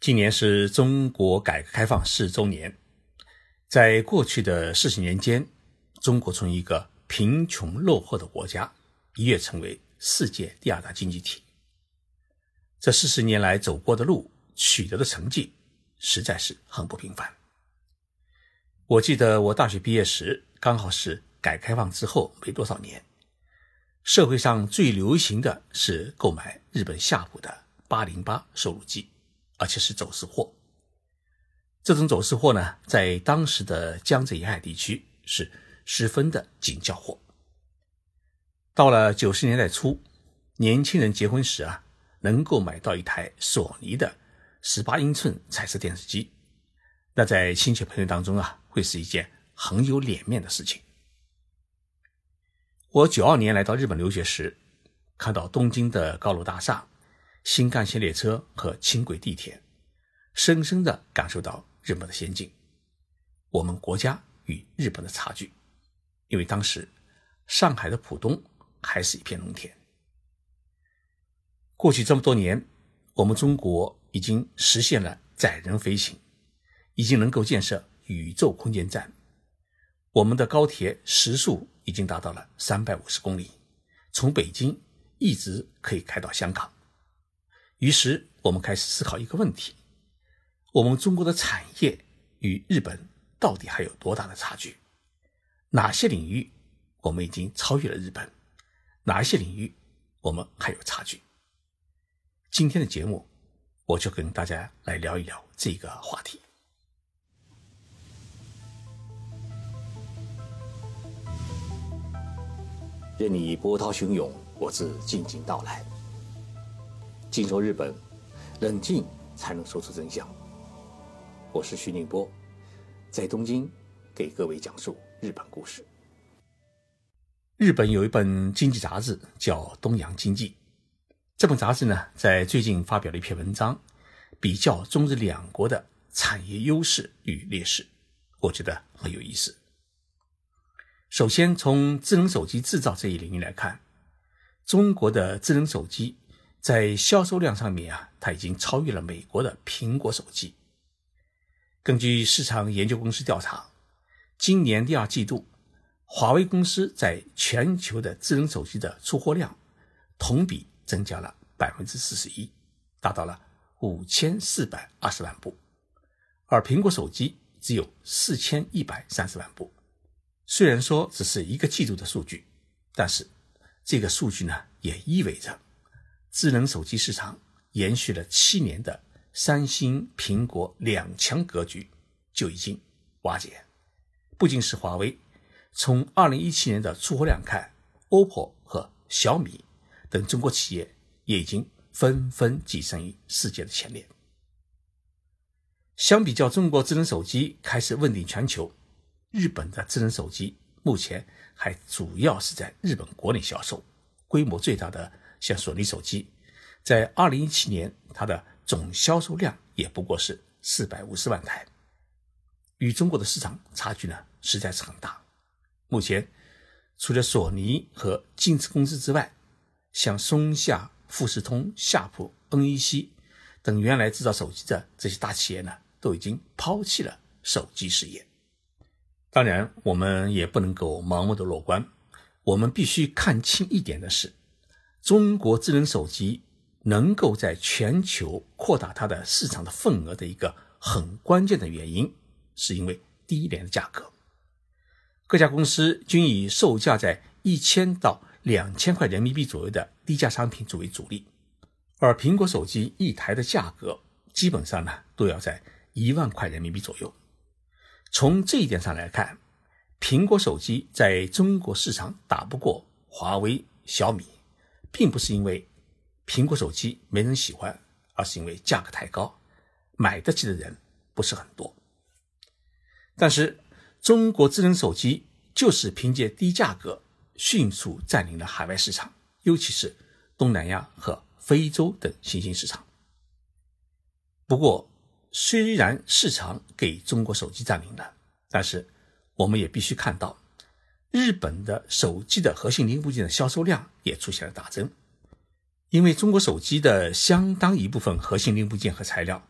今年是中国改革开放4周年。在过去的40年间，中国从一个贫穷落后的国家一跃成为世界第2大经济体。这40年来走过的路，取得的成绩实在是很不平凡。我记得我大学毕业时刚好是改革开放之后没多少年，社会上最流行的是购买日本夏普的808收录机，而且是走私货。这种走私货呢，在当时的江浙沿海地区是十分的紧叫货。到了90年代初，年轻人结婚时能够买到一台索尼的18英寸彩色电视机，那在亲戚朋友当中会是一件很有脸面的事情。我92年来到日本留学时，看到东京的高楼大厦、新干线列车和轻轨地铁，深深地感受到日本的先进，我们国家与日本的差距。因为当时上海的浦东还是一片农田。过去这么多年，我们中国已经实现了载人飞行，已经能够建设宇宙空间站，我们的高铁时速已经达到了350公里，从北京一直可以开到香港。于是我们开始思考一个问题，我们中国的产业与日本到底还有多大的差距？哪些领域我们已经超越了日本？哪一些领域我们还有差距？今天的节目我就跟大家来聊一聊这个话题。任你波涛汹涌，我自静静到来。静说日本，冷静才能说出真相。我是徐宁波，在东京给各位讲述日本故事。日本有一本经济杂志叫《东洋经济》，这本杂志呢，在最近发表了一篇文章，比较中日两国的产业优势与劣势，我觉得很有意思。首先从智能手机制造这一领域来看，中国的智能手机在销售量上面它已经超越了美国的苹果手机。根据市场研究公司调查，今年第2季度，华为公司在全球的智能手机的出货量同比增加了 41%， 达到了5420万部，而苹果手机只有4130万部。虽然说只是一个季度的数据，但是这个数据呢，也意味着智能手机市场延续了7年的三星、苹果两强格局就已经瓦解。不仅是华为，从2017年的出货量看， OPPO 和小米等中国企业也已经纷纷跻身于世界的前列。相比较中国智能手机开始问鼎全球，日本的智能手机目前还主要是在日本国内销售，规模最大的像索尼手机，在2017年它的总销售量也不过是450万台，与中国的市场差距呢实在是很大。目前除了索尼和京瓷公司之外，像松下、富士通、夏普、NEC 等原来制造手机的这些大企业呢，都已经抛弃了手机事业。当然我们也不能够盲目的乐观，我们必须看清一点的是，中国智能手机能够在全球扩大它的市场的份额的一个很关键的原因，是因为低廉的价格。各家公司均以售价在1000到2000块人民币左右的低价商品作为主力，而苹果手机一台的价格基本上呢都要在1万块人民币左右。从这一点上来看，苹果手机在中国市场打不过华为、小米，并不是因为苹果手机没人喜欢，而是因为价格太高，买得起的人不是很多。但是中国智能手机就是凭借低价格迅速占领了海外市场，尤其是东南亚和非洲等新兴市场。不过虽然市场给中国手机占领了，但是我们也必须看到，日本的手机的核心零部件的销售量也出现了大增。因为中国手机的相当一部分核心零部件和材料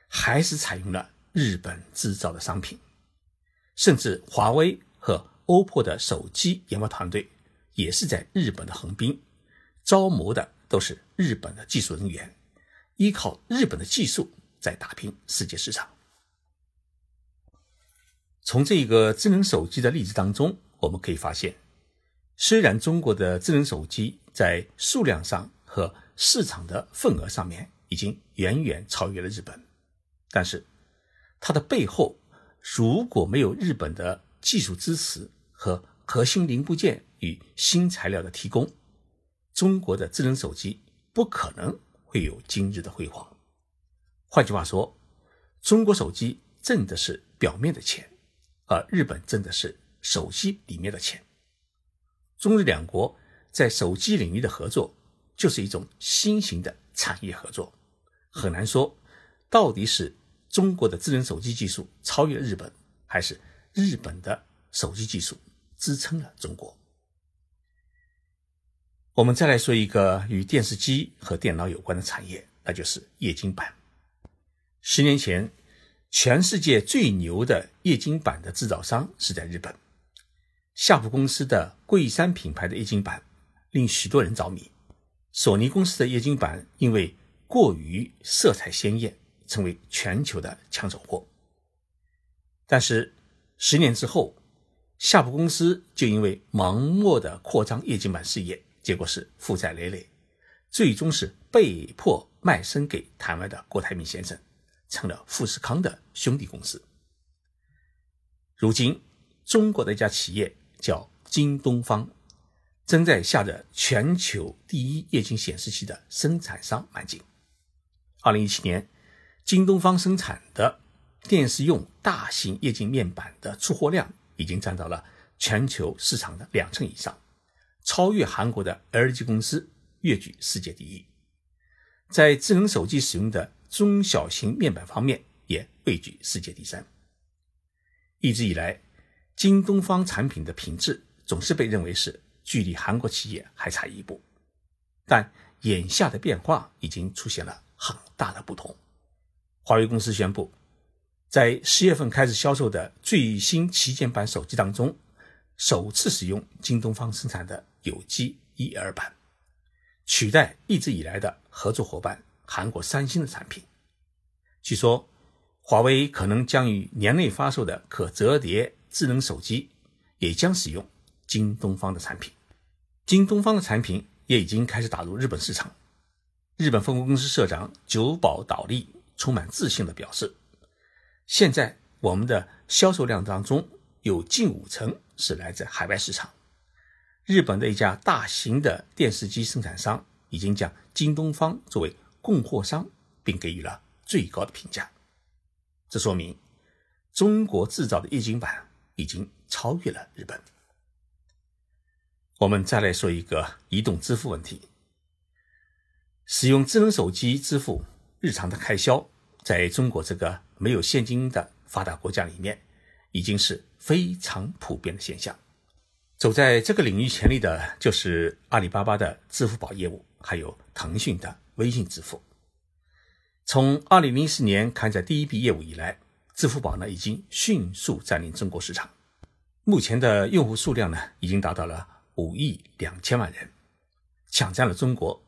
还是采用了日本制造的商品，甚至华为和OPPO 的手机研发团队也是在日本的横滨，招募的都是日本的技术人员，依靠日本的技术在打拼世界市场。从这个智能手机的例子当中，我们可以发现，虽然中国的智能手机在数量上和市场的份额上面已经远远超越了日本，但是它的背后如果没有日本的技术支持和核心零部件与新材料的提供，中国的智能手机不可能会有今日的辉煌。换句话说，中国手机挣的是表面的钱，而日本挣的是手机里面的钱。中日两国在手机领域的合作就是一种新型的产业合作，很难说到底是中国的智能手机技术超越了日本，还是日本的手机技术支撑了中国。我们再来说一个与电视机和电脑有关的产业，那就是液晶板。10年前，全世界最牛的液晶板的制造商是在日本，夏普公司的桂山品牌的液晶板令许多人着迷，索尼公司的液晶板因为过于色彩鲜艳，成为全球的抢手货。但是10年之后，夏普公司就因为盲目的扩张液晶板事业，结果是负债累累，最终是被迫卖身给台湾的郭台铭先生，成了富士康的兄弟公司。如今中国的一家企业叫京东方，正在下着全球第一液晶显示器的生产商满井。2017年，京东方生产的电视用大型液晶面板的出货量已经占到了全球市场的20%以上，超越韩国的 LG 公司，跃居世界第一。在智能手机使用的中小型面板方面也位居世界第3。一直以来，京东方产品的品质总是被认为是距离韩国企业还差一步，但眼下的变化已经出现了很大的不同。华为公司宣布，在10月份开始销售的最新旗舰版手机当中，首次使用京东方生产的有机 EL 版，取代一直以来的合作伙伴韩国三星的产品。据说华为可能将于年内发售的可折叠智能手机也将使用京东方的产品。京东方的产品也已经开始打入日本市场。日本分公司社长久保岛利充满自信地表示，现在我们的销售量当中有近50%是来自海外市场。日本的一家大型的电视机生产商已经将京东方作为供货商，并给予了最高的评价。这说明中国制造的液晶板已经超越了日本。我们再来说一个移动支付问题。使用智能手机支付日常的开销，在中国这个没有现金的发达国家里面，已经是非常普遍的现象。走在这个领域前列的就是阿里巴巴的支付宝业务，还有腾讯的微信支付。从2004年开展第一笔业务以来，支付宝呢已经迅速占领中国市场，目前的用户数量呢已经达到了5亿2千万人，抢占了中国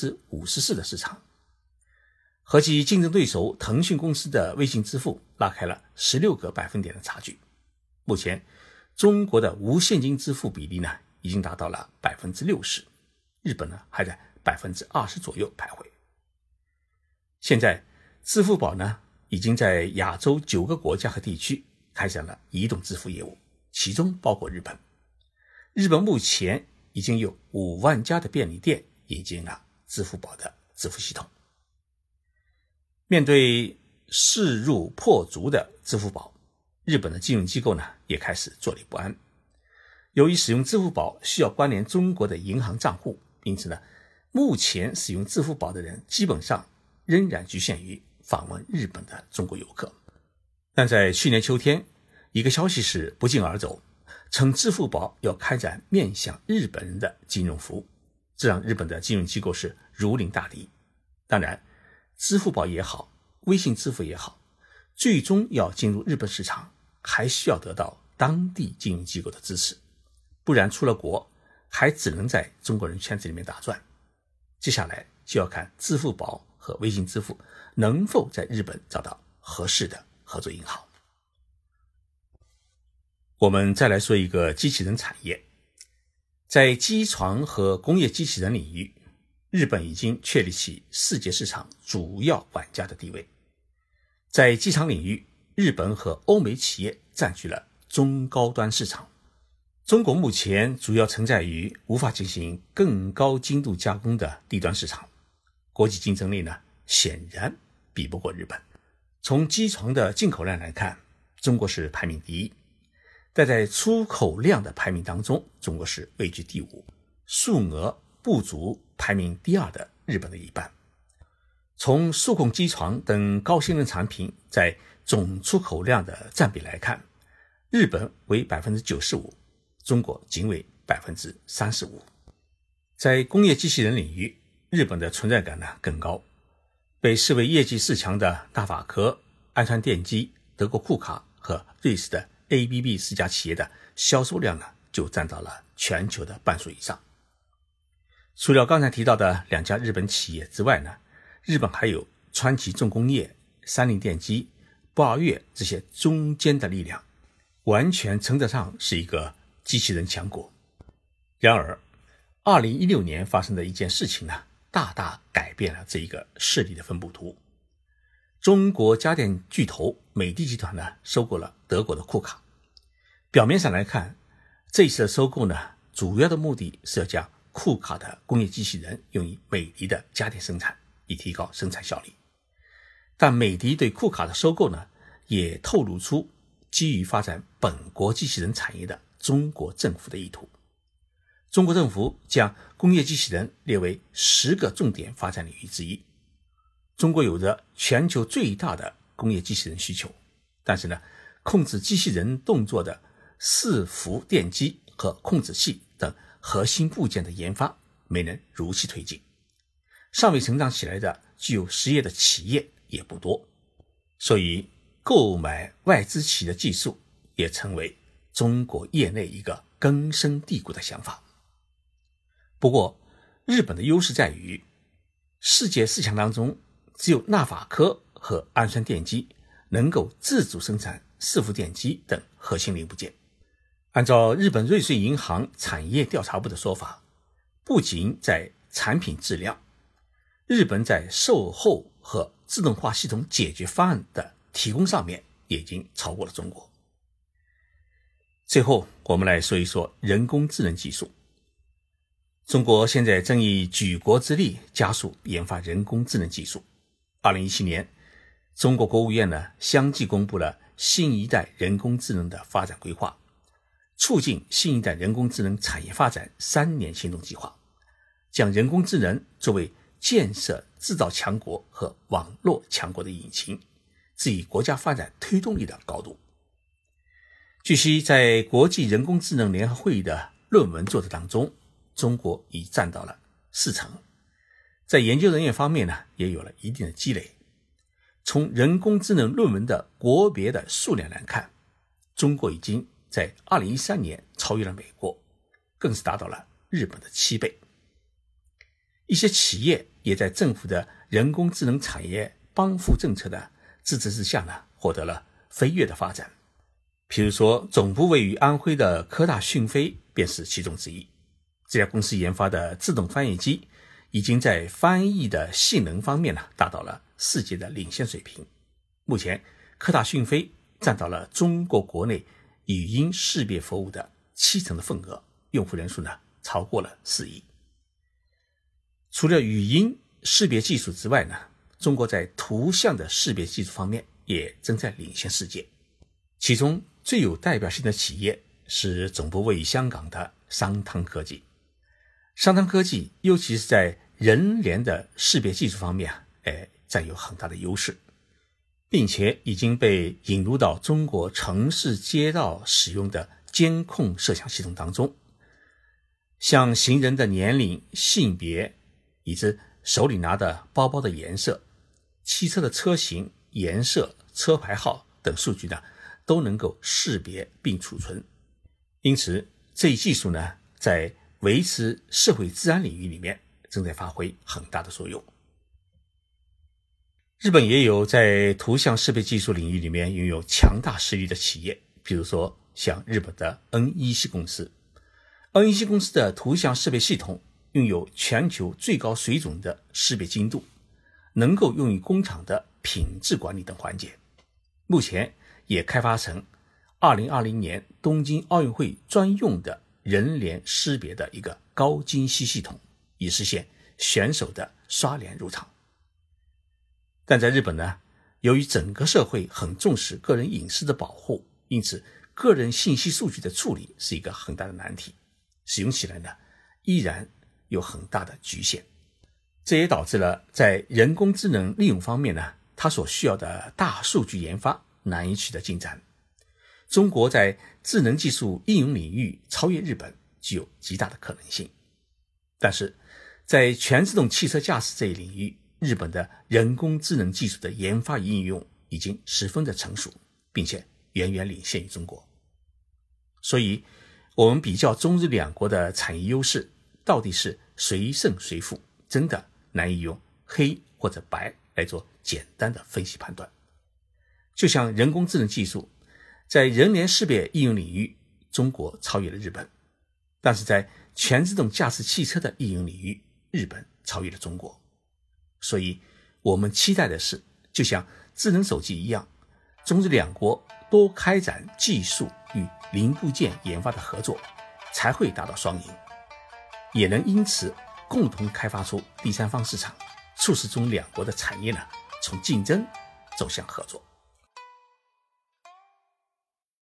54% 的市场。和其竞争对手腾讯公司的微信支付拉开了16个百分点的差距。目前中国的无现金支付比例呢已经达到了 60%， 日本呢还在 20% 左右徘徊。现在支付宝呢已经在亚洲9个国家和地区开展了移动支付业务，其中包括日本。日本目前已经有5万家的便利店引进了支付宝的支付系统。面对势如破竹的支付宝，日本的金融机构呢也开始坐立不安。由于使用支付宝需要关联中国的银行账户，因此呢，目前使用支付宝的人基本上仍然局限于访问日本的中国游客。但在去年秋天，一个消息是不胫而走，称支付宝要开展面向日本人的金融服务，这让日本的金融机构是如临大敌。当然，支付宝也好， 微信支付也好，最终要进入日本市场，还需要得到当地金融机构的支持，不然出了国还只能在中国人圈子里面打转。接下来就要看支付宝和微信支付能否在日本找到合适的合作银行。我们再来说一个机器人产业。在机床和工业机器人领域，日本已经确立起世界市场主要玩家的地位。在机床领域，日本和欧美企业占据了中高端市场。中国目前主要存在于无法进行更高精度加工的低端市场，国际竞争力呢，显然比不过日本。从机床的进口量来看，中国是排名第一，但在出口量的排名当中，中国是位居第5，数额不足排名第2的日本的一半。从数控机床等高性能产品在总出口量的占比来看，日本为 95%， 中国仅为 35%。 在工业机器人领域，日本的存在感呢更高，被视为业绩4强的大法科、安川电机、德国库卡和瑞士的 ABB 4家企业的销售量呢就占到了全球的半数以上。除了刚才提到的2家日本企业之外呢，日本还有川崎重工业、三菱电机、不二越这些中坚的力量，完全称得上是一个机器人强国。然而2016年发生的一件事情呢，大大改变了这一个势力的分布图。中国家电巨头美的集团呢收购了德国的库卡。表面上来看，这一次的收购呢，主要的目的是要将库卡的工业机器人用于美的的家电生产，以提高生产效率。但美的对库卡的收购呢，也透露出基于发展本国机器人产业的中国政府的意图。中国政府将工业机器人列为10个重点发展领域之一。中国有着全球最大的工业机器人需求，但是呢，控制机器人动作的伺服电机和控制器等核心部件的研发没能如期推进，尚未成长起来的具有实业的企业也不多，所以购买外资企业的技术也成为中国业内一个根深蒂固的想法。不过日本的优势在于，世界4强当中只有纳法科和安川电机能够自主生产伺服电机等核心零部件。按照日本瑞穗银行产业调查部的说法，不仅在产品质量，日本在售后和自动化系统解决方案的提供上面也已经超过了中国。最后我们来说一说人工智能技术。中国现在正以举国之力加速研发人工智能技术。2017年，中国国务院呢相继公布了新一代人工智能的发展规划，促进新一代人工智能产业发展3年行动计划，将人工智能作为建设制造强国和网络强国的引擎，置于国家发展推动力的高度。据悉，在国际人工智能联合会议的论文作者当中，中国已占到了4成。在研究人员方面呢，也有了一定的积累。从人工智能论文的国别的数量来看，中国已经在2013年超越了美国，更是达到了日本的7倍。一些企业也在政府的人工智能产业帮扶政策的支持之下呢，获得了飞跃的发展。比如说，总部位于安徽的科大讯飞便是其中之一。这家公司研发的自动翻译机已经在翻译的性能方面呢，达到了世界的领先水平。目前科大讯飞占到了中国国内语音识别服务的7成的份额，用户人数呢超过了4亿。除了语音识别技术之外呢，中国在图像的识别技术方面也正在领先世界。其中最有代表性的企业是总部位于香港的商汤科技。商汤科技尤其是在人脸的识别技术方面占有很大的优势，并且已经被引入到中国城市街道使用的监控摄像系统当中。像行人的年龄、性别，以及手里拿的包包的颜色、汽车的车型颜色、车牌号等数据呢，都能够识别并储存。因此，这一技术呢，在维持社会治安领域里面正在发挥很大的作用。日本也有在图像识别技术领域里面拥有强大实力的企业，比如说像日本的 NEC 公司。NEC 公司的图像识别系统拥有全球最高水准的识别精度，能够用于工厂的品质管理等环节。目前也开发成2020年东京奥运会专用的人脸识别的一个高精细系统，以实现选手的刷脸入场。但在日本呢，由于整个社会很重视个人隐私的保护，因此个人信息数据的处理是一个很大的难题，使用起来呢依然有很大的局限。这也导致了在人工智能利用方面呢，它所需要的大数据研发难以取得进展。中国在智能技术应用领域超越日本具有极大的可能性。但是在全自动汽车驾驶这一领域，日本的人工智能技术的研发与应用已经十分的成熟，并且远远领先于中国。所以我们比较中日两国的产业优势到底是谁胜谁负，真的难以用黑或者白来做简单的分析判断。就像人工智能技术，在人脸识别应用领域，中国超越了日本，但是在全自动驾驶汽车的应用领域，日本超越了中国。所以我们期待的是，就像智能手机一样，中日两国多开展技术与零部件研发的合作，才会达到双赢，也能因此共同开发出第三方市场，促使中两国的产业呢从竞争走向合作。